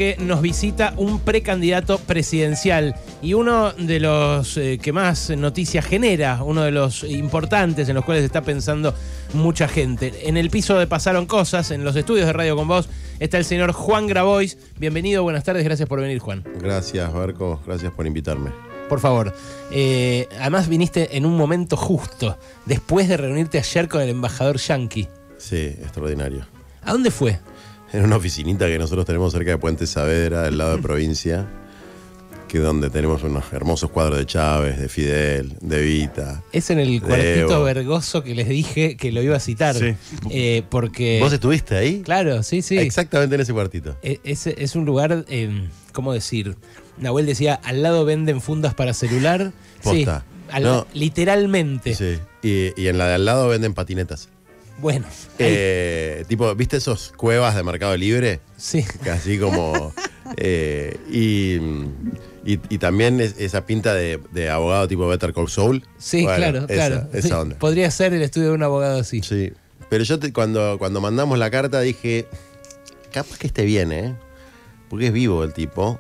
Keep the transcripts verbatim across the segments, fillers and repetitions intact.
porque nos visita un precandidato presidencial y uno de los eh, que más noticias genera, uno de los importantes en los cuales está pensando mucha gente. En el piso de Pasaron Cosas, en los estudios de Radio Con Vos, está el señor Juan Grabois. Bienvenido, buenas tardes, gracias por venir, Juan. Gracias, Barco, gracias por invitarme. Por favor, eh, además viniste en un momento justo, después de reunirte ayer con el embajador yanqui. Sí, extraordinario. ¿A dónde fue? En una oficinita que nosotros tenemos cerca de Puente Saavedra, del lado de provincia, que es donde tenemos unos hermosos cuadros de Chávez, de Fidel, de Evita. Es en el cuartito Vergoso que les dije que lo iba a citar. Sí. Eh, porque... ¿Vos estuviste ahí? Claro, sí, sí. Exactamente en ese cuartito. Es, es un lugar, eh, ¿cómo decir? Nahuel decía, al lado venden fundas para celular. Posta. Sí, al, no. literalmente. Sí, y, y en la de al lado venden patinetas. Bueno. Eh, tipo, ¿viste esos cuevas de Mercado Libre? Sí. Así como... eh, y, y, y también es, esa pinta de, de abogado tipo Better Call Saul. Sí, bueno, claro, esa, claro. Esa sí, onda. Podría ser el estudio de un abogado así. Sí. Pero yo te, cuando, cuando mandamos la carta dije, capaz que esté bien, ¿eh? Porque es vivo el tipo.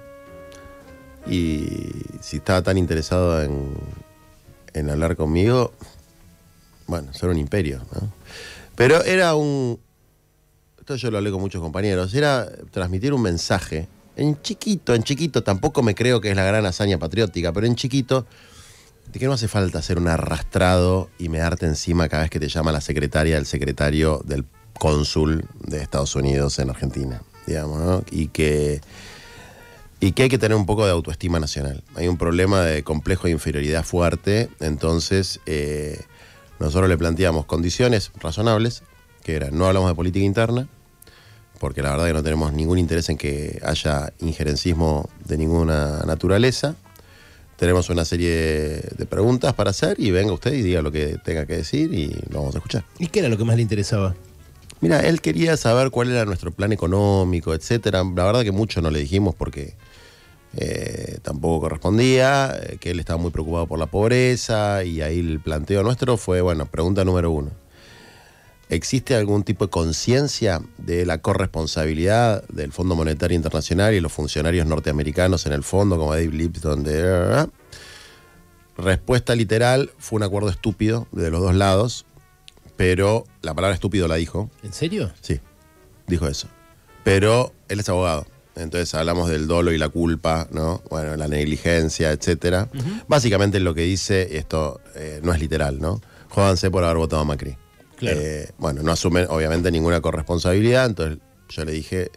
Y si estaba tan interesado en, en hablar conmigo, bueno, ser un imperio, ¿no? Pero era un... Esto yo lo hablé con muchos compañeros. Era transmitir un mensaje. En chiquito, en chiquito. Tampoco me creo que es la gran hazaña patriótica, pero en chiquito, de que no hace falta ser un arrastrado y mearte encima cada vez que te llama la secretaria del secretario del cónsul de Estados Unidos en Argentina, digamos, ¿no? Y que... Y que hay que tener un poco de autoestima nacional. Hay un problema de complejo de inferioridad fuerte, entonces eh, nosotros le planteamos condiciones razonables, que eran, no hablamos de política interna, porque la verdad que no tenemos ningún interés en que haya injerencismo de ninguna naturaleza. Tenemos una serie de preguntas para hacer y venga usted y diga lo que tenga que decir y lo vamos a escuchar. ¿Y qué era lo que más le interesaba? Mira, él quería saber cuál era nuestro plan económico, etcétera. La verdad que mucho no le dijimos porque... Eh, tampoco correspondía, eh, que él estaba muy preocupado por la pobreza y ahí el planteo nuestro fue, bueno, pregunta número uno. ¿Existe algún tipo de conciencia de la corresponsabilidad del Fondo Monetario Internacional y los funcionarios norteamericanos en el fondo, como Dave Lipton? De... Respuesta literal, fue un acuerdo estúpido de los dos lados, pero la palabra estúpido la dijo. ¿En serio? Sí, dijo eso. Pero él es abogado. Entonces hablamos del dolo y la culpa, ¿no? Bueno, la negligencia, etcétera. Uh-huh. Básicamente lo que dice, esto eh, no es literal, ¿no? Jódanse por haber votado a Macri. Claro. Eh, bueno, no asumen obviamente ninguna corresponsabilidad, entonces yo le dije,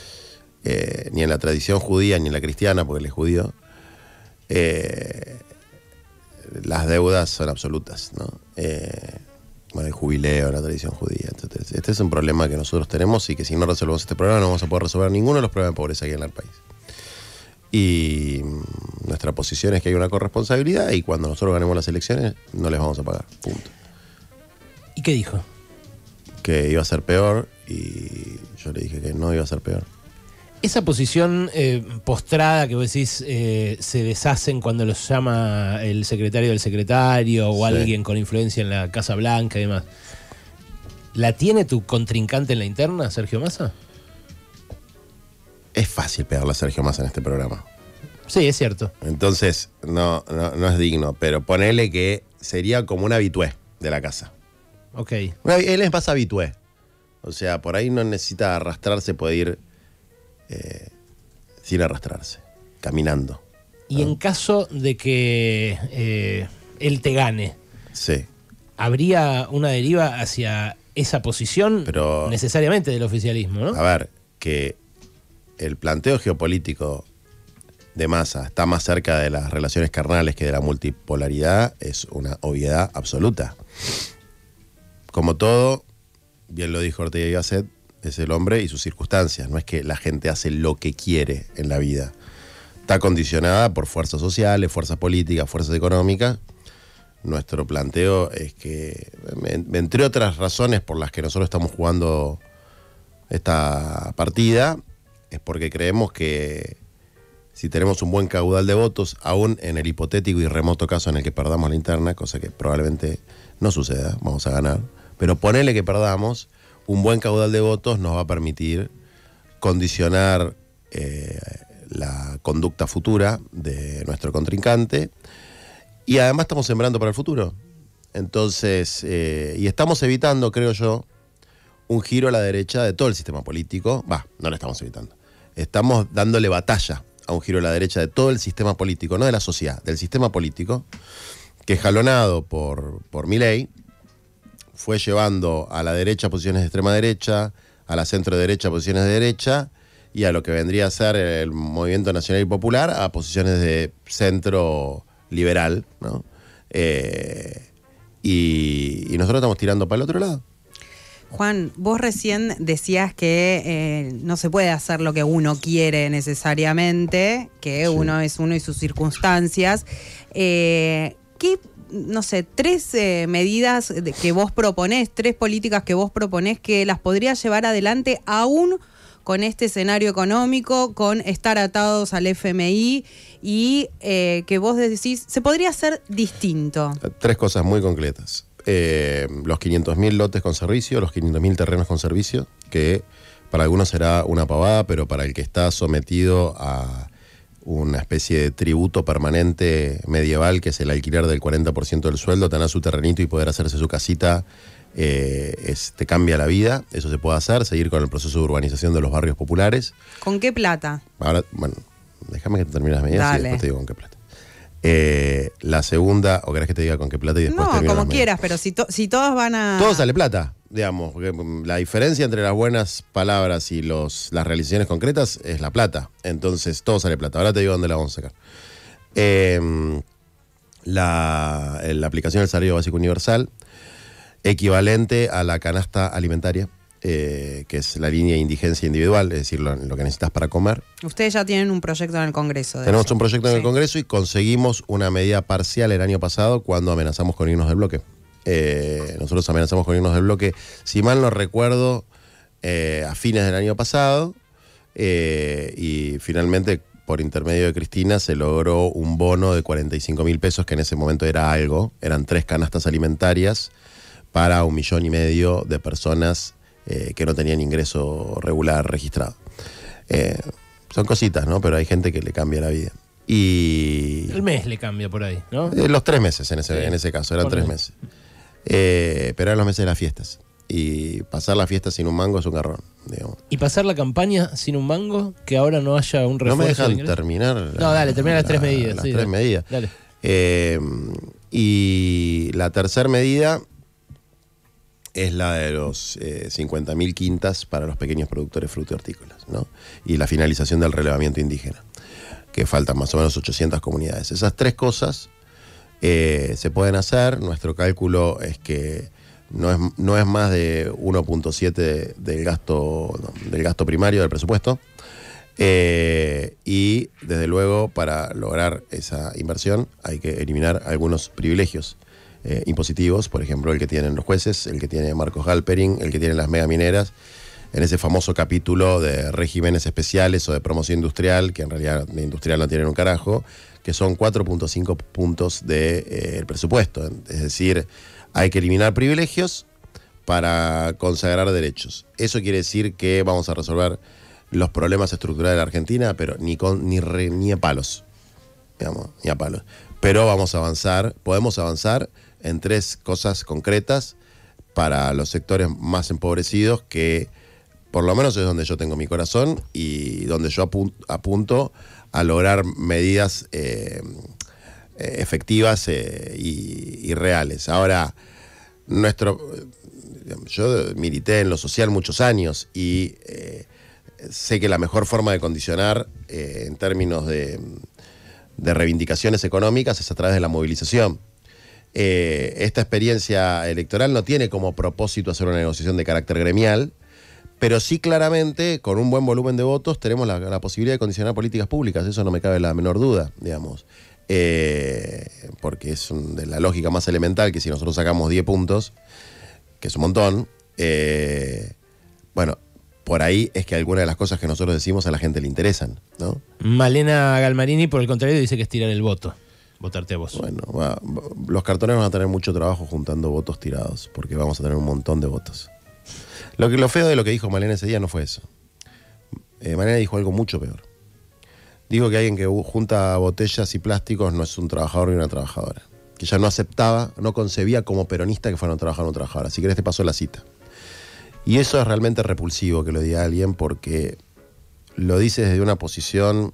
eh, ni en la tradición judía ni en la cristiana, porque él es judío, eh, las deudas son absolutas, ¿no? Eh, Bueno, el jubileo, la tradición judía, etcétera. Este es un problema que nosotros tenemos y que si no resolvemos este problema no vamos a poder resolver ninguno de los problemas de pobreza aquí en el país. Y nuestra posición es que hay una corresponsabilidad y cuando nosotros ganemos las elecciones no les vamos a pagar, punto. ¿Y qué dijo? Que iba a ser peor y yo le dije que no iba a ser peor. Esa posición eh, postrada que vos decís eh, se deshacen cuando los llama el secretario del secretario o sí. Alguien con influencia en la Casa Blanca y demás, ¿la tiene tu contrincante en la interna, Sergio Massa? Es fácil pegarle a Sergio Massa en este programa. Sí, es cierto. Entonces, no, no, no es digno, pero ponele que sería como un habitué de la casa. Ok. Él es más habitué. O sea, por ahí no necesita arrastrarse, puede ir... Eh, sin arrastrarse, caminando. Y ¿no? En caso de que eh, él te gane, sí. ¿Habría una deriva hacia esa posición? Pero, necesariamente del oficialismo, ¿no? A ver, que el planteo geopolítico de Massa está más cerca de las relaciones carnales que de la multipolaridad es una obviedad absoluta. Como todo, bien lo dijo Ortega y Gasset, es el hombre y sus circunstancias. No es que la gente hace lo que quiere en la vida. Está condicionada por fuerzas sociales, fuerzas políticas, fuerzas económicas. Nuestro planteo es que, entre otras razones por las que nosotros estamos jugando esta partida, es porque creemos que si tenemos un buen caudal de votos, aún en el hipotético y remoto caso en el que perdamos la interna, cosa que probablemente no suceda, vamos a ganar, pero ponele que perdamos, un buen caudal de votos nos va a permitir condicionar eh, la conducta futura de nuestro contrincante y además estamos sembrando para el futuro. Entonces, eh, y estamos evitando, creo yo, un giro a la derecha de todo el sistema político. Va, no lo estamos evitando. Estamos dándole batalla a un giro a la derecha de todo el sistema político, no de la sociedad, del sistema político, que jalonado por, por Milei, fue llevando a la derecha posiciones de extrema derecha, a la centro derecha posiciones de derecha, y a lo que vendría a ser el movimiento nacional y popular a posiciones de centro liberal, ¿no? Eh, y, y nosotros estamos tirando para el otro lado. Juan, vos recién decías que eh, no se puede hacer lo que uno quiere necesariamente, que sí. Uno es uno y sus circunstancias. Eh, ¿Qué, no sé, tres eh, medidas que vos proponés, tres políticas que vos proponés que las podrías llevar adelante aún con este escenario económico, con estar atados al F M I y eh, que vos decís, se podría hacer distinto? Tres cosas muy concretas. Eh, los quinientos mil lotes con servicio, los quinientos mil terrenos con servicio, que para algunos será una pavada, pero para el que está sometido a una especie de tributo permanente medieval, que es el alquiler del cuarenta por ciento del sueldo, tener su terrenito y poder hacerse su casita, eh, es, te cambia la vida. Eso se puede hacer, seguir con el proceso de urbanización de los barrios populares. ¿Con qué plata? Ahora, bueno, déjame que te termine las medidas Dale. y después te digo con qué plata. Eh, la segunda, o querés que te diga con qué plata y después no, como quieras, pero si, to, si todos van a... Todo sale plata, digamos, porque la diferencia entre las buenas palabras y los, las realizaciones concretas es la plata. Entonces todo sale plata. Ahora te digo dónde la vamos a sacar. Eh, la, la aplicación del salario básico universal, equivalente a la canasta alimentaria, Eh, que es la línea de indigencia individual, es decir, lo, lo que necesitas para comer. Ustedes ya tienen un proyecto en el Congreso. Tenemos eso. un proyecto en sí. el Congreso y conseguimos una medida parcial el año pasado cuando amenazamos con irnos del bloque. Eh, nosotros amenazamos con irnos del bloque, si mal no recuerdo, eh, a fines del año pasado, eh, y finalmente por intermedio de Cristina se logró un bono de cuarenta y cinco mil pesos, que en ese momento era algo, eran tres canastas alimentarias para un millón y medio de personas Eh, que no tenían ingreso regular registrado. Eh, son cositas, ¿no? Pero hay gente que le cambia la vida. Y... El mes le cambia por ahí, ¿no? Eh, los tres meses en ese, sí. en ese caso, eran por tres mes. meses. Eh, pero eran los meses de las fiestas. Y pasar la fiesta sin un mango es un garrón, digamos. ¿Y pasar la campaña sin un mango? Que ahora no haya un refuerzo. No me dejan de terminar. La, no, dale, termina las tres medidas. Las sí, tres dale. medidas. Dale. Eh, y la tercera medida es la de los eh, cincuenta mil quintas para los pequeños productores frutícolas, ¿no? Y la finalización del relevamiento indígena, que faltan más o menos ochocientas comunidades. Esas tres cosas eh, se pueden hacer. Nuestro cálculo es que no es, no es más de uno punto siete del gasto, no, del gasto primario del presupuesto. Eh, y desde luego, para lograr esa inversión hay que eliminar algunos privilegios Eh, impositivos, por ejemplo, el que tienen los jueces, el que tiene Marcos Galperin, el que tienen las megamineras, en ese famoso capítulo de regímenes especiales o de promoción industrial, que en realidad de industrial no tienen un carajo, que son cuatro punto cinco puntos del de, eh, presupuesto. Es decir, hay que eliminar privilegios para consagrar derechos. Eso quiere decir que vamos a resolver los problemas estructurales de la Argentina, pero ni, con, ni, re, ni a palos, digamos, ni a palos. Pero vamos a avanzar, podemos avanzar en tres cosas concretas para los sectores más empobrecidos, que por lo menos es donde yo tengo mi corazón y donde yo apunto, apunto a lograr medidas eh, efectivas eh, y, y reales. Ahora, nuestro, yo milité en lo social muchos años y eh, sé que la mejor forma de condicionar eh, en términos de, de reivindicaciones económicas es a través de la movilización. Eh, esta experiencia electoral no tiene como propósito hacer una negociación de carácter gremial, pero sí claramente, con un buen volumen de votos, tenemos la, la posibilidad de condicionar políticas públicas. Eso no me cabe la menor duda, digamos. Eh, porque es un, de la lógica más elemental que si nosotros sacamos diez puntos, que es un montón, eh, bueno, por ahí es que algunas de las cosas que nosotros decimos a la gente le interesan, ¿no? Malena Galmarini, por el contrario, dice que es tirar el voto. Votarte a vos. Bueno, va, los cartones van a tener mucho trabajo juntando votos tirados, porque vamos a tener un montón de votos. Lo, que, lo feo de lo que dijo Malena ese día no fue eso. Eh, Mariana dijo algo mucho peor. Dijo que alguien que junta botellas y plásticos no es un trabajador ni una trabajadora. Que ella no aceptaba, no concebía como peronista que fuera un trabajador o una trabajadora. Si querés te paso la cita. Y eso es realmente repulsivo que lo diga alguien, porque lo dice desde una posición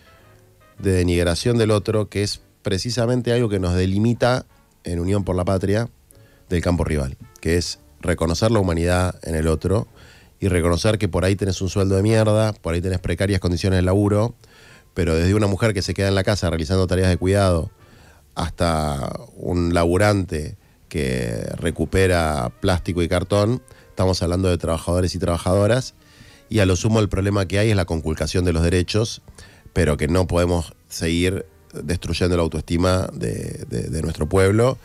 de denigración del otro, que es precisamente algo que nos delimita en Unión por la Patria del campo rival, que es reconocer la humanidad en el otro y reconocer que por ahí tenés un sueldo de mierda, por ahí tenés precarias condiciones de laburo, pero desde una mujer que se queda en la casa realizando tareas de cuidado hasta un laburante que recupera plástico y cartón, estamos hablando de trabajadores y trabajadoras, y a lo sumo el problema que hay es la conculcación de los derechos, pero que no podemos seguir destruyendo la autoestima de, de, de nuestro pueblo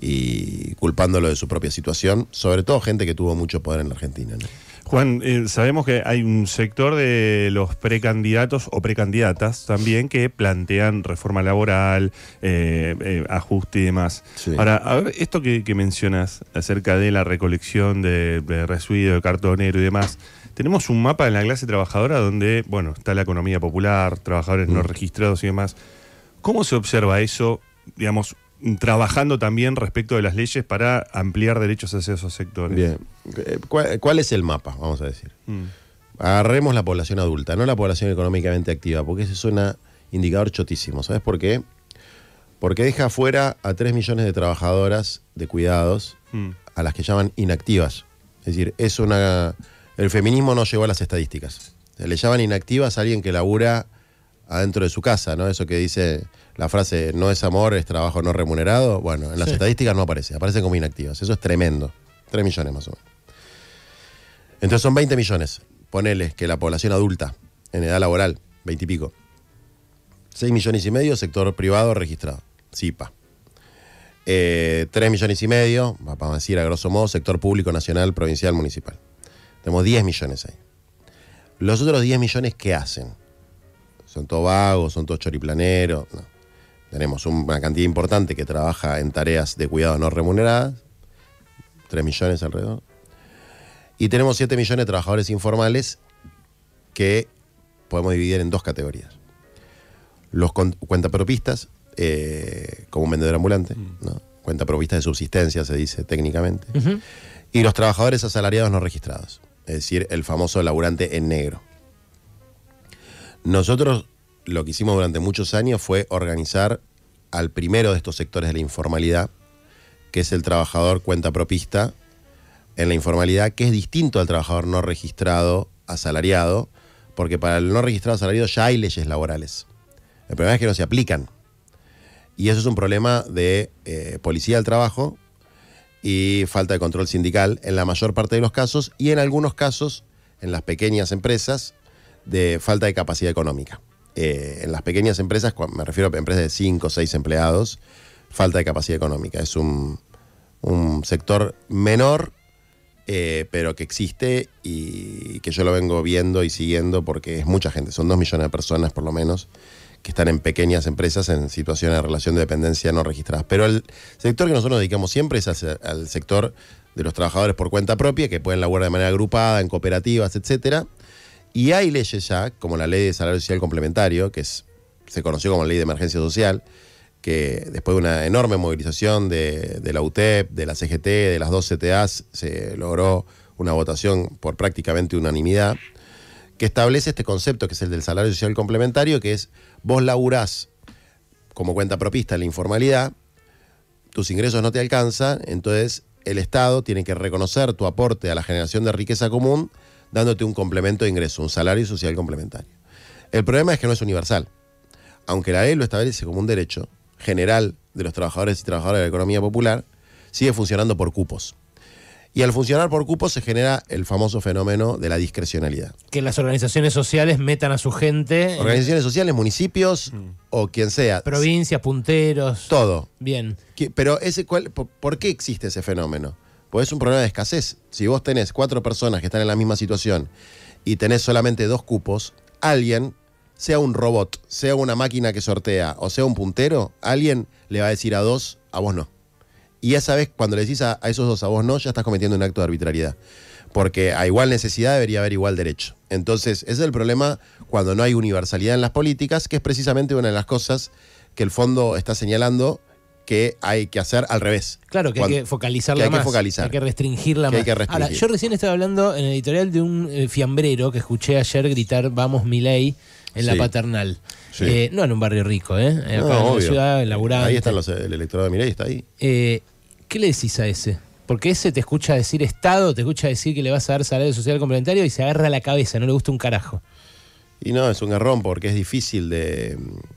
y culpándolo de su propia situación, sobre todo gente que tuvo mucho poder en la Argentina, ¿no? Juan, eh, sabemos que hay un sector de los precandidatos o precandidatas también que plantean reforma laboral, eh, eh, ajuste y demás. Sí. Ahora, a ver, esto que, que mencionas acerca de la recolección de, de residuos, de cartonero y demás, tenemos un mapa en la clase trabajadora donde, bueno, está la economía popular, trabajadores mm. no registrados y demás. ¿Cómo se observa eso, digamos, trabajando también respecto de las leyes para ampliar derechos hacia esos sectores? Bien. ¿Cuál, cuál es el mapa, vamos a decir? Mm. Agarremos la población adulta, no la población económicamente activa, porque ese es un indicador chotísimo. ¿Sabes por qué? Porque deja afuera a tres millones de trabajadoras de cuidados, mm. a las que llaman inactivas. Es decir, es una... el feminismo no llegó a las estadísticas. Se le llaman inactivas a alguien que labura adentro de su casa, ¿no? Eso que dice la frase, no es amor, es trabajo no remunerado. Bueno, en las sí. estadísticas no aparece, aparecen como inactivas. Eso es tremendo. tres millones más o menos. Entonces son veinte millones. Ponele que la población adulta, en edad laboral, veinte y pico. seis millones y medio, sector privado registrado, C I P A. Eh, tres millones y medio, vamos a decir a grosso modo, sector público, nacional, provincial, municipal. Tenemos diez millones ahí. Los otros diez millones, ¿qué hacen? Son todos vagos, son todos choriplaneros. No. Tenemos una cantidad importante que trabaja en tareas de cuidado no remuneradas, tres millones alrededor. Y tenemos siete millones de trabajadores informales que podemos dividir en dos categorías. Los cuentapropistas, eh, como un vendedor ambulante, mm. ¿no? Cuentapropistas de subsistencia se dice técnicamente. Uh-huh. Y los trabajadores asalariados no registrados, es decir, el famoso laburante en negro. Nosotros lo que hicimos durante muchos años fue organizar al primero de estos sectores de la informalidad, que es el trabajador cuentapropista en la informalidad, que es distinto al trabajador no registrado asalariado, porque para el no registrado asalariado ya hay leyes laborales. El problema es que no se aplican. Y eso es un problema de eh, policía del trabajo y falta de control sindical en la mayor parte de los casos, y en algunos casos, en las pequeñas empresas, de falta de capacidad económica. Eh, en las pequeñas empresas, me refiero a empresas de cinco o seis empleados, falta de capacidad económica. Es un, un sector menor, eh, pero que existe y que yo lo vengo viendo y siguiendo porque es mucha gente. Son dos millones de personas por lo menos que están en pequeñas empresas en situaciones de relación de dependencia no registradas. Pero el sector que nosotros nos dedicamos siempre es al, al sector de los trabajadores por cuenta propia, que pueden laburar de manera agrupada, en cooperativas, etcétera. Y hay leyes ya, como la Ley de Salario Social Complementario, que es, se conoció como Ley de Emergencia Social, que después de una enorme movilización de, de la U T E P, de la C G T, de las dos C T As, se logró una votación por prácticamente unanimidad, que establece este concepto que es el del salario social complementario, que es vos laburás como cuentapropista en la informalidad, tus ingresos no te alcanzan, entonces el Estado tiene que reconocer tu aporte a la generación de riqueza común dándote un complemento de ingreso, un salario social complementario. El problema es que no es universal. Aunque la ley lo establece como un derecho general de los trabajadores y trabajadoras de la economía popular, sigue funcionando por cupos. Y al funcionar por cupos se genera el famoso fenómeno de la discrecionalidad. Que las organizaciones sociales metan a su gente... Organizaciones sociales, municipios mm. o quien sea. Provincias, punteros... Todo. Bien. Pero ese, ¿cuál, ¿por qué existe ese fenómeno? Pues es un problema de escasez. Si vos tenés cuatro personas que están en la misma situación y tenés solamente dos cupos, alguien, sea un robot, sea una máquina que sortea o sea un puntero, alguien le va a decir a dos, a vos no. Y esa vez, cuando le decís a, a esos dos, a vos no, ya estás cometiendo un acto de arbitrariedad. Porque a igual necesidad debería haber igual derecho. Entonces, ese es el problema cuando no hay universalidad en las políticas, que es precisamente una de las cosas que el fondo está señalando que hay que hacer al revés. Claro, que Cuando, hay que focalizarla que hay más. que focalizar. Hay que restringirla Que más. hay que restringir. Ahora, yo recién estaba hablando en el editorial de un eh, fiambrero que escuché ayer gritar "Vamos Milei" en la Sí. Paternal. Sí. Eh, no en un barrio rico, ¿eh? Acá No, en la obvio. ciudad, laburante. Ahí están los, el electorado de Milei, está ahí. Eh, ¿Qué le decís a ese? Porque ese te escucha decir Estado, te escucha decir que le vas a dar salario social complementario y se agarra la cabeza, no le gusta un carajo. Y no, es un garrón porque es difícil de,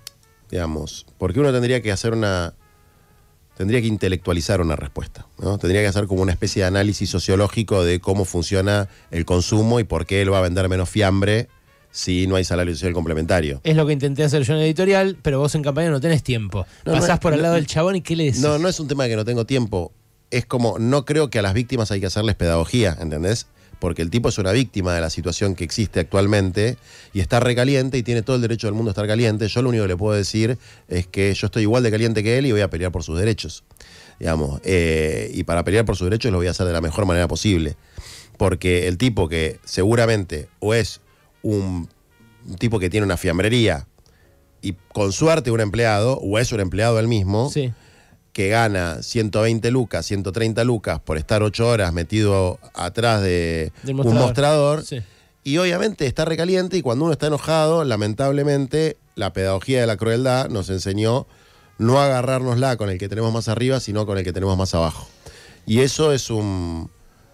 digamos, porque uno tendría que hacer una, tendría que intelectualizar una respuesta, ¿no? Tendría que hacer como una especie de análisis sociológico de cómo funciona el consumo y por qué él va a vender menos fiambre si no hay salario social complementario. Es lo que intenté hacer yo en el editorial, pero vos en campaña no tenés tiempo. No, Pasás no, por al no, lado del chabón y ¿qué le decís? No, no es un tema de que no tengo tiempo. Es como, no creo que a las víctimas hay que hacerles pedagogía, ¿entendés? Porque el tipo es una víctima de la situación que existe actualmente y está recaliente y tiene todo el derecho del mundo a estar caliente. Yo lo único que le puedo decir es que yo estoy igual de caliente que él y voy a pelear por sus derechos. Digamos, eh, y para pelear por sus derechos lo voy a hacer de la mejor manera posible. Porque el tipo que seguramente o es un, un tipo que tiene una fiambrería y con suerte un empleado, o es un empleado él mismo, Sí. que gana ciento veinte lucas, ciento treinta lucas por estar ocho horas metido atrás de Del un mostrador. mostrador. Sí. Y obviamente está recaliente y cuando uno está enojado, lamentablemente, la pedagogía de la crueldad nos enseñó no agarrárnosla con el que tenemos más arriba, sino con el que tenemos más abajo. Y eso es un,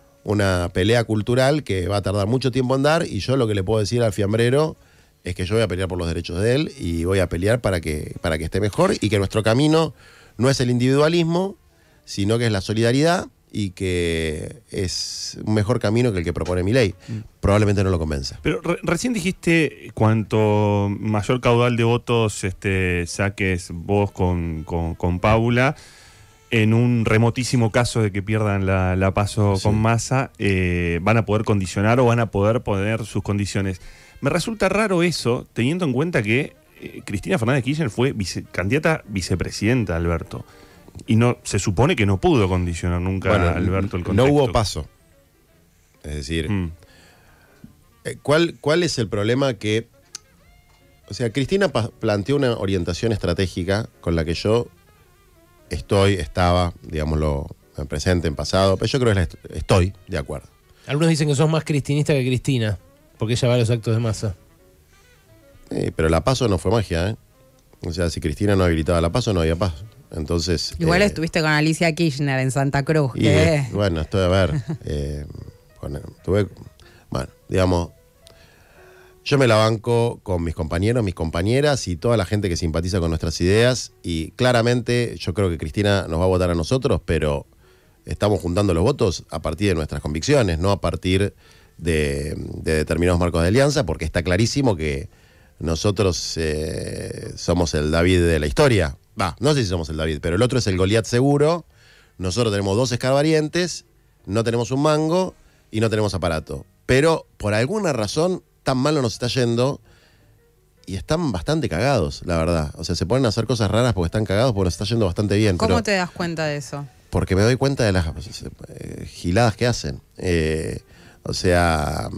una pelea cultural que va a tardar mucho tiempo en dar y yo lo que le puedo decir al fiambrero es que yo voy a pelear por los derechos de él y voy a pelear para que, para que esté mejor y que nuestro camino no es el individualismo, sino que es la solidaridad y que es un mejor camino que el que propone Milei. Mm. Probablemente no lo convenza. Pero re recién dijiste cuanto mayor caudal de votos este, saques vos con, con, con Paula, en un remotísimo caso de que pierdan la, la paso sí. con Massa, eh, van a poder condicionar o van a poder poner sus condiciones. Me resulta raro eso, teniendo en cuenta que eh, Cristina Fernández Kirchner fue vice, candidata vicepresidenta, Alberto. Y no se supone que no pudo condicionar nunca bueno, a Alberto el contexto. No hubo paso. Es decir, mm. ¿cuál, ¿cuál es el problema que... O sea, Cristina planteó una orientación estratégica con la que yo estoy, estaba, digámoslo, en presente, en pasado, pero yo creo que estoy de acuerdo. Algunos dicen que sos más cristinista que Cristina, porque ella va a los actos de Massa. Eh, pero la paso no fue magia, ¿eh? O sea, si Cristina no habilitaba la paso, no había paso. Entonces, igual eh, estuviste con Alicia Kirchner en Santa Cruz. Y, que... eh, bueno, estoy a ver. eh, bueno, tuve, bueno, digamos, yo me la banco con mis compañeros, mis compañeras y toda la gente que simpatiza con nuestras ideas. Y claramente yo creo que Cristina nos va a votar a nosotros, pero estamos juntando los votos a partir de nuestras convicciones, no a partir de, de determinados marcos de alianza, porque está clarísimo que nosotros eh, somos el David de la historia. Va, no sé si somos el David, pero el otro es el Goliat seguro. Nosotros tenemos dos escarbarientes, no tenemos un mango y no tenemos aparato. Pero por alguna razón tan malo nos está yendo y están bastante cagados, la verdad. O sea, se ponen a hacer cosas raras porque están cagados, porque nos está yendo bastante bien. ¿Cómo pero, te das cuenta de eso? Porque me doy cuenta de las eh, giladas que hacen. Eh, o sea...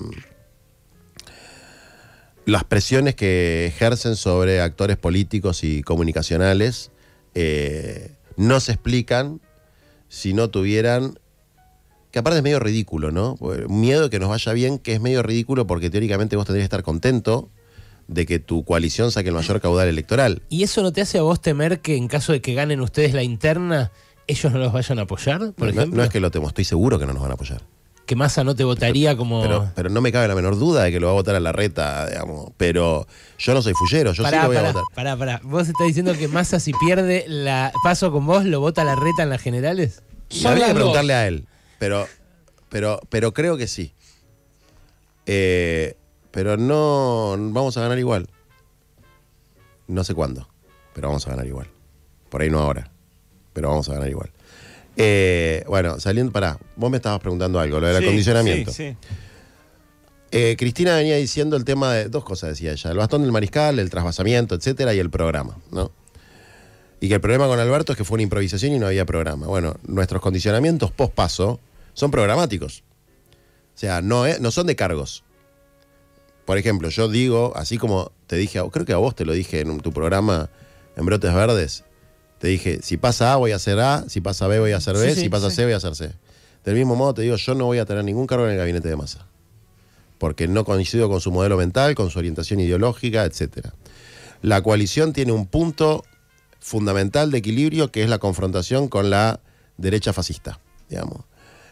las presiones que ejercen sobre actores políticos y comunicacionales eh, no se explican si no tuvieran, que aparte es medio ridículo, ¿no? Un miedo de que nos vaya bien, que es medio ridículo porque teóricamente vos tendrías que estar contento de que tu coalición saque el mayor caudal electoral. ¿Y eso no te hace a vos temer que en caso de que ganen ustedes la interna, ellos no los vayan a apoyar, por no, ejemplo? No es que lo temo, estoy seguro que no nos van a apoyar. Que Massa no te votaría pero, como... Pero, pero no me cabe la menor duda de que lo va a votar a Larreta, digamos. Pero yo no soy fullero, yo pará, sí lo voy pará, a votar. Pará, pará. ¿Vos estás diciendo que Massa si pierde la paso con vos, lo vota Larreta en las generales? Y habría que preguntarle a él. Pero, pero, pero creo que sí. Eh, pero no vamos a ganar igual. No sé cuándo, pero vamos a ganar igual. Por ahí no ahora, pero vamos a ganar igual. Eh, bueno, saliendo, pará, vos me estabas preguntando algo, lo del sí, acondicionamiento. Sí, sí. Eh, Cristina venía diciendo el tema de dos cosas, decía ella: el bastón del mariscal, el trasvasamiento, etcétera, y el programa, ¿no? Y que el problema con Alberto es que fue una improvisación y no había programa. Bueno, nuestros condicionamientos post paso son programáticos. sea, no, es, no son de cargos. Por ejemplo, yo digo, así como te dije, a- creo que a vos te lo dije en tu programa en Brotes Verdes, te dije, si pasa A voy a hacer A, si pasa B voy a hacer B, Sí, sí, si pasa sí. C voy a hacer C. Del mismo modo te digo, yo no voy a tener ningún cargo en el gabinete de Massa, porque no coincido con su modelo mental, con su orientación ideológica, etcétera. La coalición tiene un punto fundamental de equilibrio que es la confrontación con la derecha fascista, digamos.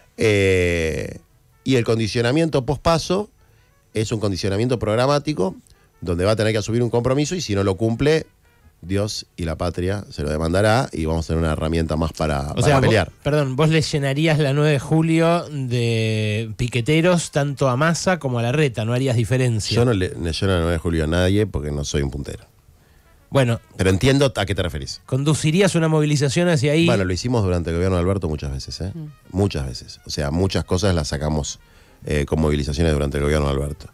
Eh, y el condicionamiento pospaso es un condicionamiento programático donde va a tener que asumir un compromiso y si no lo cumple, Dios y la patria se lo demandará y vamos a tener una herramienta más para, O para sea, vos- pelear. perdón, vos le llenarías la nueve de julio de piqueteros tanto a Massa como a Larreta, no harías diferencia. Yo no le, le lleno el nueve de julio a nadie porque no soy un puntero. Bueno, Pero entiendo a qué te referís. ¿conducirías una movilización hacia ahí? Bueno, lo hicimos durante el gobierno de Alberto muchas veces, ¿eh? Muchas veces. O sea, muchas cosas las sacamos eh, con movilizaciones durante el gobierno de Alberto.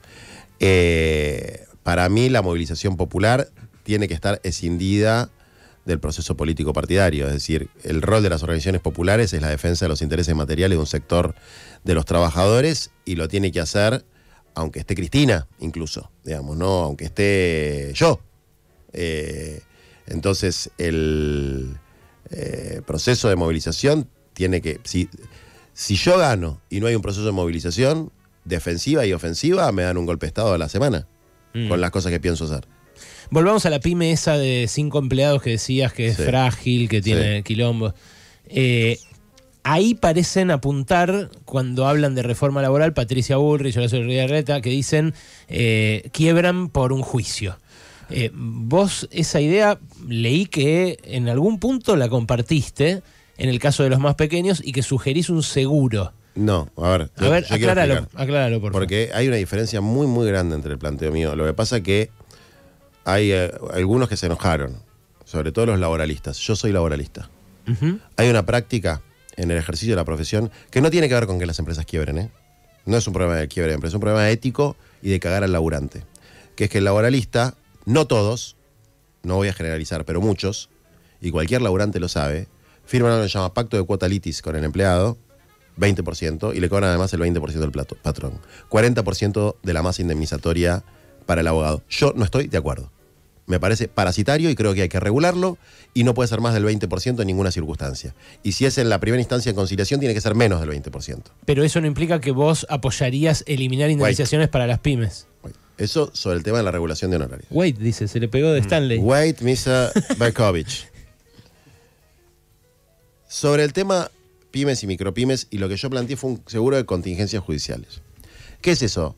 Eh, para mí la movilización popular tiene que estar escindida del proceso político partidario. Es decir, el rol de las organizaciones populares es la defensa de los intereses materiales de un sector de los trabajadores y lo tiene que hacer aunque esté Cristina, incluso, digamos, no aunque esté yo. Eh, entonces, el eh, proceso de movilización tiene que... Si, si yo gano y no hay un proceso de movilización defensiva y ofensiva, me dan un golpe de Estado a la semana Mm. con las cosas que pienso hacer. Volvamos a la pyme esa de cinco empleados que decías que es Sí. frágil, que tiene Sí. quilombo. Eh, ahí parecen apuntar, cuando hablan de reforma laboral, Patricia Bullrich, Horacio Larreta, que dicen eh, quiebran por un juicio. Eh, vos esa idea leí que en algún punto la compartiste en el caso de los más pequeños y que sugerís un seguro. No, a ver, A ver, yo quiero acláralo, explicar. acláralo, por favor. Porque hay una diferencia muy, muy grande entre el planteo mío. Lo que pasa es que hay eh, algunos que se enojaron, sobre todo los laboralistas. Yo soy laboralista. Ujú. Hay una práctica en el ejercicio de la profesión que no tiene que ver con que las empresas quiebren, ¿eh? No es un problema de quiebre de empresa, es un problema ético y de cagar al laburante. Que es que el laboralista, no todos, no voy a generalizar, pero muchos, y cualquier laburante lo sabe, firman lo que se llama pacto de cuota litis con el empleado, veinte por ciento, y le cobran además el veinte por ciento del plato- patrón. cuarenta por ciento de la masa indemnizatoria para el abogado. Yo no estoy de acuerdo. Me parece parasitario y creo que hay que regularlo y no puede ser más del veinte por ciento en ninguna circunstancia. Y si es en la primera instancia de conciliación, tiene que ser menos del veinte por ciento. Pero eso no implica que vos apoyarías eliminar indemnizaciones para las pymes. Eso sobre el tema de la regulación de honorarios. Wait, dice, se le pegó de Stanley. Wait, mister Berkovich. Sobre el tema pymes y micropymes, y lo que yo planteé fue un seguro de contingencias judiciales. ¿Qué es eso?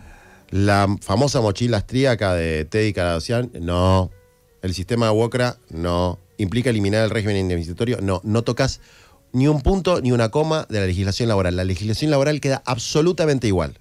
La famosa mochila austríaca de Teddy Caradosian, no. El sistema de WOCRA, no. ¿Implica eliminar el régimen indemnizatorio? No. No tocas ni un punto ni una coma de la legislación laboral. La legislación laboral queda absolutamente igual.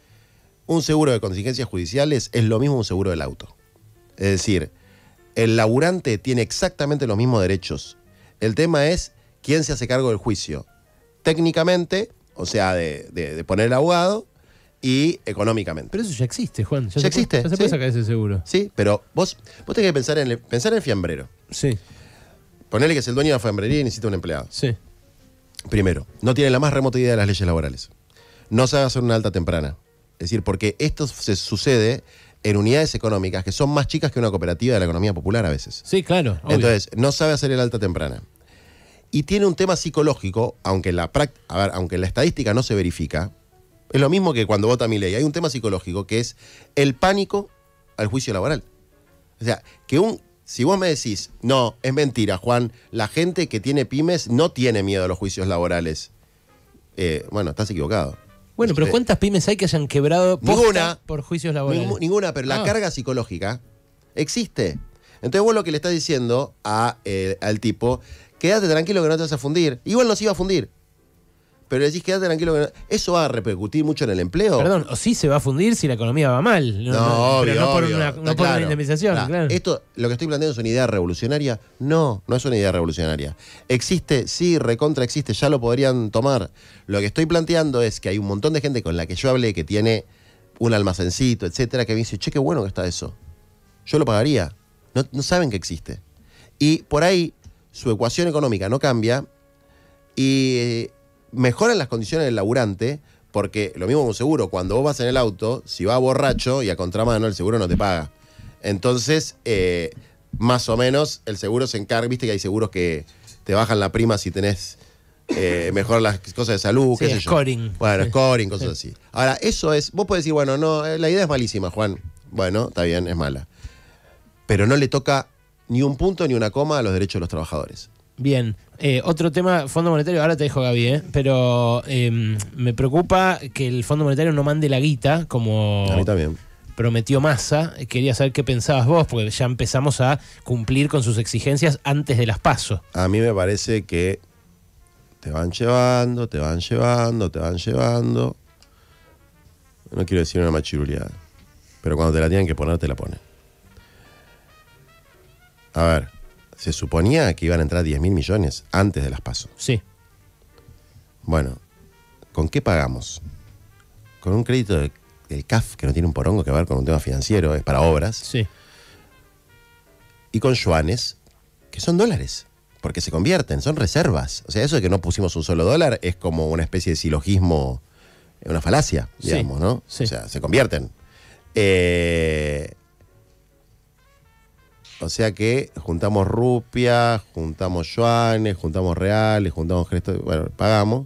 Un seguro de contingencias judiciales es lo mismo que un seguro del auto. Es decir, el laburante tiene exactamente los mismos derechos. El tema es quién se hace cargo del juicio. Técnicamente, o sea, de, de- de poner el abogado, y económicamente. Pero eso ya existe, Juan. Ya se existe, Puede, ya se puede sí. sacar ese seguro. Sí, pero vos, vos tenés que pensar en el, pensar en el fiambrero. Sí, Ponele que es el dueño de la fiambrería y necesita un empleado. sí. Primero, no tiene la más remota idea de las leyes laborales. No sabe hacer una alta temprana. Es decir, porque esto se sucede en unidades económicas que son más chicas que una cooperativa de la economía popular a veces. Sí, claro. obvio. Entonces, no sabe hacer el alta temprana. Y tiene un tema psicológico, aunque en la, prac- a ver, aunque en la estadística no se verifica, es lo mismo que cuando vota Milei. Hay un tema psicológico que es el pánico al juicio laboral. O sea, que un, si vos me decís, no, es mentira, Juan, la gente que tiene pymes no tiene miedo a los juicios laborales. Eh, bueno, estás equivocado. Bueno, pero Eh, ¿cuántas pymes hay que hayan quebrado posta Ninguna. por juicios laborales? Ningú- Ninguna, pero la Ah. carga psicológica existe. Entonces vos lo que le estás diciendo a, eh, al tipo, quédate tranquilo que no te vas a fundir. Igual no se iba a fundir. Pero le decís, quédate tranquilo que no... ¿Eso va a repercutir mucho en el empleo? Perdón, o sí se va a fundir si la economía va mal. No, No, no, obvio, pero no por obvio, una, está no por claro. una indemnización, Claro. claro. Esto, lo que estoy planteando es una idea revolucionaria. No, no es una idea revolucionaria. Existe, sí, recontra existe, ya lo podrían tomar. Lo que estoy planteando es que hay un montón de gente con la que yo hablé que tiene un almacencito, etcétera, que me dice, che, qué bueno que está eso. Yo lo pagaría. No, no saben que existe. Y por ahí su ecuación económica no cambia y eh, mejoran las condiciones del laburante Porque lo mismo con un seguro, cuando vos vas en el auto, si vas borracho y a contramano, el seguro no te paga. Entonces, eh, más o menos, el seguro se encarga, viste que hay seguros que te bajan la prima si tenés eh, mejor las cosas de salud, Sí, qué sé yo. scoring. Bueno, Sí. scoring, cosas así. Ahora, eso es, vos podés decir, bueno, no, eh, la idea es malísima, Juan. Bueno, está bien, es mala. Pero no le toca ni un punto ni una coma a los derechos de los trabajadores. Bien, eh, otro tema, Fondo Monetario, ahora te dejo Gaby, ¿eh? pero eh, me preocupa que el Fondo Monetario no mande la guita como A mí también. prometió Massa. Quería saber qué pensabas vos, porque ya empezamos a cumplir con sus exigencias antes de las PASO. A mí me parece que te van llevando, te van llevando, te van llevando. No quiero decir una machiruleada, pero cuando te la tienen que poner, te la ponen. A ver, se suponía que iban a entrar diez mil millones antes de las PASO. Sí, Bueno, ¿con qué pagamos? Con un crédito de- del C A F que no tiene un porongo que ver con un tema financiero, es para obras, sí, y con yuanes, que son dólares, porque se convierten, son reservas. O sea, eso de que no pusimos un solo dólar es como una especie de silogismo, una falacia, Sí, digamos, ¿no? sí. O sea, se convierten. Eh, o sea que juntamos rupias, juntamos yuanes, juntamos reales, juntamos gestos, bueno, pagamos.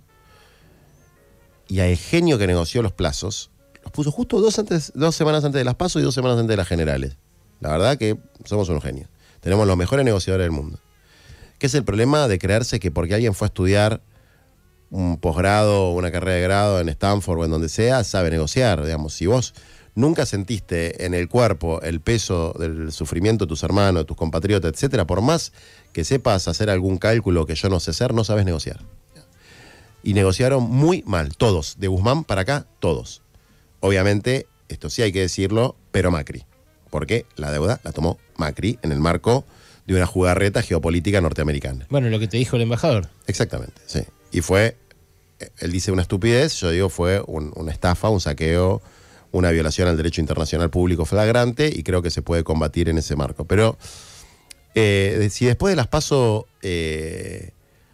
Y al genio que negoció los plazos, los puso justo dos, antes, dos semanas antes de las PASO y dos semanas antes de las generales. La verdad que somos unos genios. Tenemos los mejores negociadores del mundo. ¿Qué es el problema de creerse que porque alguien fue a estudiar un posgrado o una carrera de grado en Stanford o en donde sea, sabe negociar? Digamos, si vos nunca sentiste en el cuerpo el peso del sufrimiento de tus hermanos, de tus compatriotas, etcétera, por más que sepas hacer algún cálculo que yo no sé hacer, no sabes negociar. Y negociaron muy mal, todos. De Guzmán para acá, todos. Obviamente, esto sí hay que decirlo, pero Macri. Porque la deuda la tomó Macri en el marco de una jugarreta geopolítica norteamericana. bueno, lo que te dijo el embajador. Exactamente, sí. Y fue, él dice una estupidez, yo digo fue un- una estafa, un saqueo, una violación al derecho internacional público flagrante, y creo que se puede combatir en ese marco. Pero eh, si después de las PASO, eh,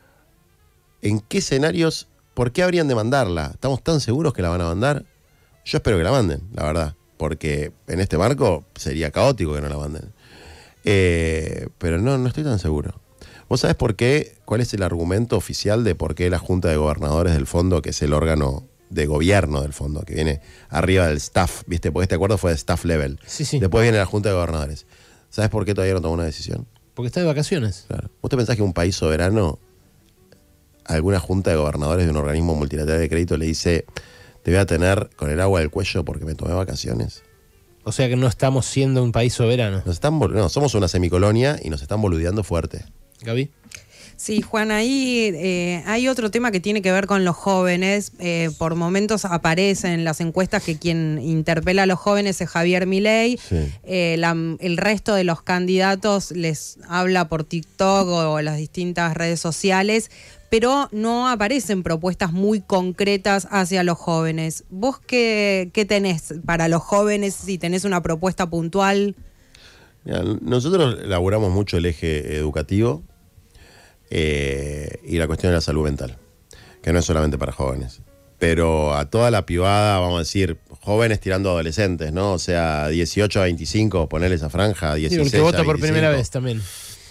¿en qué escenarios, por qué habrían de mandarla? ¿Estamos tan seguros que la van a mandar? Yo espero que la manden, la verdad, porque en este marco sería caótico que no la manden. Eh, pero no, no estoy tan seguro. ¿Vos sabés por qué? ¿Cuál es el argumento oficial de por qué la Junta de Gobernadores del Fondo, que es el órgano de gobierno del fondo, que viene arriba del staff, ¿viste? Porque este acuerdo fue de staff level. Sí, sí. Después viene la Junta de Gobernadores. ¿Sabés por qué todavía no tomó una decisión? Porque está de vacaciones. Claro. ¿Vos te pensás que un país soberano, alguna Junta de Gobernadores de un organismo multilateral de crédito le dice, te voy a tener con el agua del cuello porque me tomé vacaciones? O sea que no estamos siendo un país soberano. Nos están bol- no, somos una semicolonia y nos están boludeando fuerte. Gaby. Sí, Juan, ahí eh, hay otro tema que tiene que ver con los jóvenes. Eh, por momentos aparece en las encuestas que quien interpela a los jóvenes es Javier Milei. Sí. Eh, la- el resto de los candidatos les habla por TikTok o las distintas redes sociales, pero no aparecen propuestas muy concretas hacia los jóvenes. ¿Vos qué, qué tenés para los jóvenes, si tenés una propuesta puntual? Mira, nosotros elaboramos mucho el eje educativo eh, y la cuestión de la salud mental, que no es solamente para jóvenes, pero a toda la pibada, vamos a decir, jóvenes tirando a adolescentes, ¿no? O sea, dieciocho a veinticinco, ponerle esa franja, Sí, dieciséis el que vota a por primera veinticinco. vez también.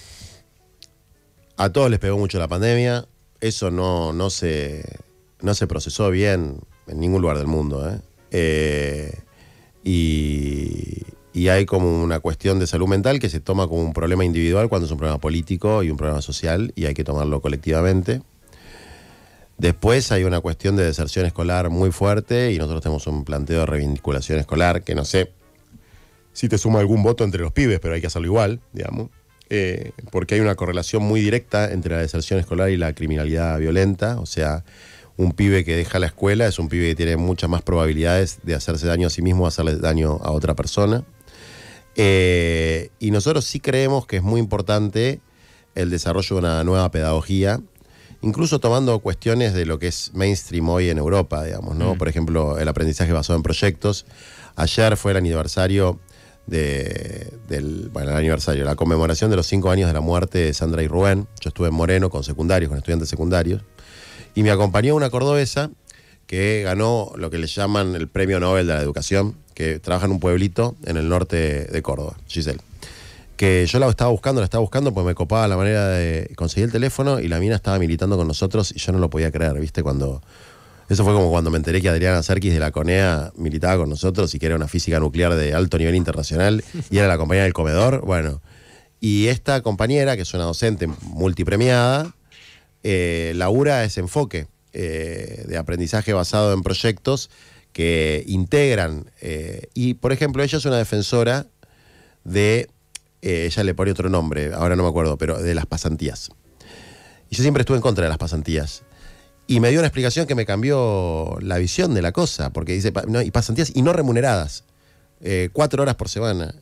A todos les pegó mucho la pandemia, eso no, no, se, no se procesó bien en ningún lugar del mundo, ¿eh? Eh, y, y hay como una cuestión de salud mental que se toma como un problema individual cuando es un problema político y un problema social, y hay que tomarlo colectivamente. Después hay una cuestión de deserción escolar muy fuerte, y nosotros tenemos un planteo de revinculación escolar que no sé si te suma algún voto entre los pibes, pero hay que hacerlo igual, digamos. Eh, porque hay una correlación muy directa entre la deserción escolar y la criminalidad violenta. O sea, un pibe que deja la escuela es un pibe que tiene muchas más probabilidades de hacerse daño a sí mismo o hacerle daño a otra persona. Eh, y nosotros sí creemos que es muy importante el desarrollo de una nueva pedagogía, incluso tomando cuestiones de lo que es mainstream hoy en Europa, digamos, ¿no? Mm. Por ejemplo, el aprendizaje basado en proyectos. Ayer fue el aniversario de, del, bueno, el aniversario, la conmemoración de los cinco años de la muerte de Sandra y Rubén. Yo estuve en Moreno con secundarios, con estudiantes secundarios, y me acompañó una cordobesa que ganó lo que le llaman el Premio Nobel de la Educación, que trabaja en un pueblito en el norte de Córdoba, Giselle. Que yo la estaba buscando, la estaba buscando, pues me copaba la manera de conseguir el teléfono y la mina estaba militando con nosotros y yo no lo podía creer, ¿viste? Cuando... Eso fue como cuando me enteré que Adriana Serkis de la CONEA militaba con nosotros y que era una física nuclear de alto nivel internacional y era la compañera del comedor, bueno. Y esta compañera, que es una docente multipremiada, eh, labura ese enfoque eh, de aprendizaje basado en proyectos que integran. Eh, y, por ejemplo, ella es una defensora de, eh, ella le pone otro nombre, ahora no me acuerdo, pero de las pasantías. Y yo siempre estuve en contra de las pasantías. Y me dio una explicación que me cambió la visión de la cosa, porque dice, no, y pasantías y no remuneradas, eh, cuatro horas por semana.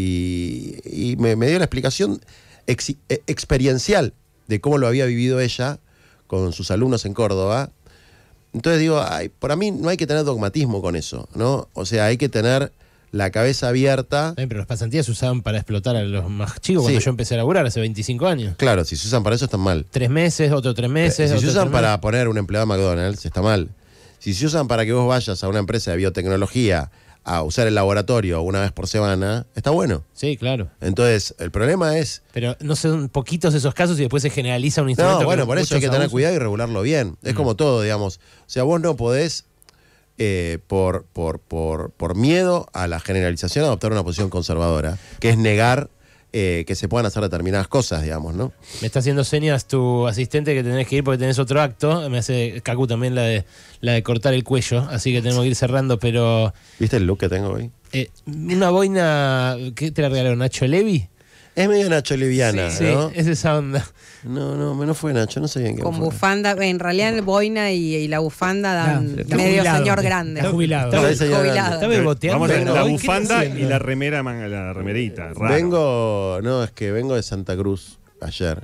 Y, y me, me dio la explicación ex, eh, experiencial de cómo lo había vivido ella con sus alumnos en Córdoba. Entonces digo, ay, para mí no hay que tener dogmatismo con eso, ¿no? O sea, hay que tener la cabeza abierta. Ay, pero las pasantías se usaban para explotar a los más chicos cuando Sí. yo empecé a laburar hace veinticinco años. Claro, si se usan para eso están mal. Tres meses, otro tres meses. Si otro se usan tres para meses. poner un empleado de McDonald's, está mal. Si se usan para que vos vayas a una empresa de biotecnología a usar el laboratorio una vez por semana, está bueno. Sí, claro. Entonces, el problema es... Pero no son poquitos esos casos y después se generaliza un instrumento. No, bueno, que por eso hay que muchos tener abusan. cuidado y regularlo bien. Es como todo, digamos. O sea, vos no podés, eh, por, por, por, por miedo a la generalización, adoptar una posición conservadora, que es negar eh, que se puedan hacer determinadas cosas, digamos, ¿no? Me está haciendo señas tu asistente que tenés que ir porque tenés otro acto. Me hace Cacu también la de, la de cortar el cuello, así que tenemos que ir cerrando, pero... ¿Viste el look que tengo hoy? Eh, una boina, ¿qué te la regaló? ¿Nacho Levi? Es medio Nacho Liviana, Sí, ¿no? es esa onda. No, no, no fue Nacho, no sé bien qué Con fue. bufanda, en realidad el boina y, y la bufanda dan No, está medio jubilado. señor grande. Está jubilado. Está señor Jubilado. grande. Está beboteando. Vamos a ver, ¿no? la ¿Qué bufanda está y la remera, manga- la remerita. Raro. Vengo, no, es que vengo de Santa Cruz ayer,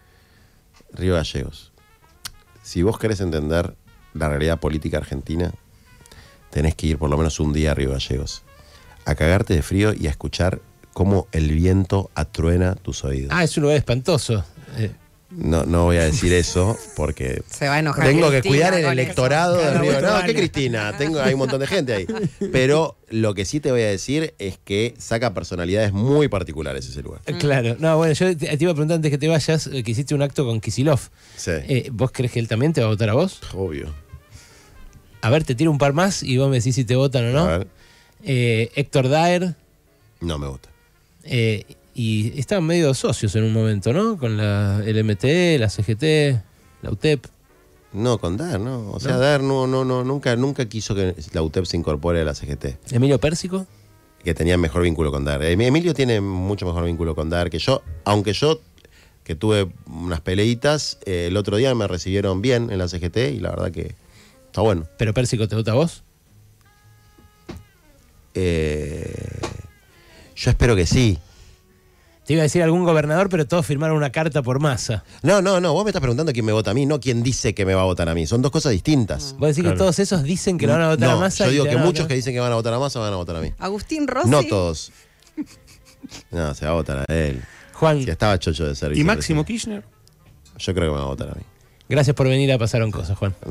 Río Gallegos. Si vos querés entender la realidad política argentina, tenés que ir por lo menos un día a Río Gallegos, a cagarte de frío y a escuchar cómo el viento atruena tus oídos. Ah, es un lugar espantoso. Eh, No, no voy a decir eso porque Se va a enojar. tengo que Cristina cuidar el con electorado eso. de Claro, Río. vos No, vale. ¿qué Cristina? Tengo, hay un montón de gente ahí. Pero lo que sí te voy a decir es que saca personalidades muy particulares ese lugar. Claro. No, bueno, yo te, te iba a preguntar antes que te vayas, eh, que hiciste un acto con Kicillof. Sí, Eh, ¿Vos crees que él también te va a votar a vos? obvio. A ver, te tiro un par más y vos me decís si te votan o A no. ver, Eh, Héctor Daer. no me gusta. eh, y estaban medio socios en un momento, ¿no? Con la L M T, la C G T, la U T E P. No, con Dar, no. O sea, ¿No? Dar no, no, no, nunca, nunca quiso que la U T E P se incorpore a la C G T. Emilio Pérsico. Que tenía mejor vínculo con Dar. Em- Emilio tiene mucho mejor vínculo con Dar que yo, aunque yo, que tuve unas peleitas, eh, el otro día me recibieron bien en la C G T y la verdad que está bueno. ¿Pero Pérsico te vota a vos? Eh, yo espero que sí. Te iba a decir algún gobernador, pero todos firmaron una carta por masa. No, no, no, vos me estás preguntando quién me vota a mí, no quién dice que me va a votar a mí. Son dos cosas distintas. Vos decís Claro. que todos esos dicen que lo van a votar no, a masa. yo y digo te que van a muchos votar- que dicen que van a votar a Massa van a votar a mí. Agustín Rossi. No todos. No, se va a votar a él. Juan, Si estaba chocho de ser ¿Y Máximo vicepresidente. Kirchner? Yo creo que me va a votar a mí. gracias por venir a Pasaron Cosas, Juan.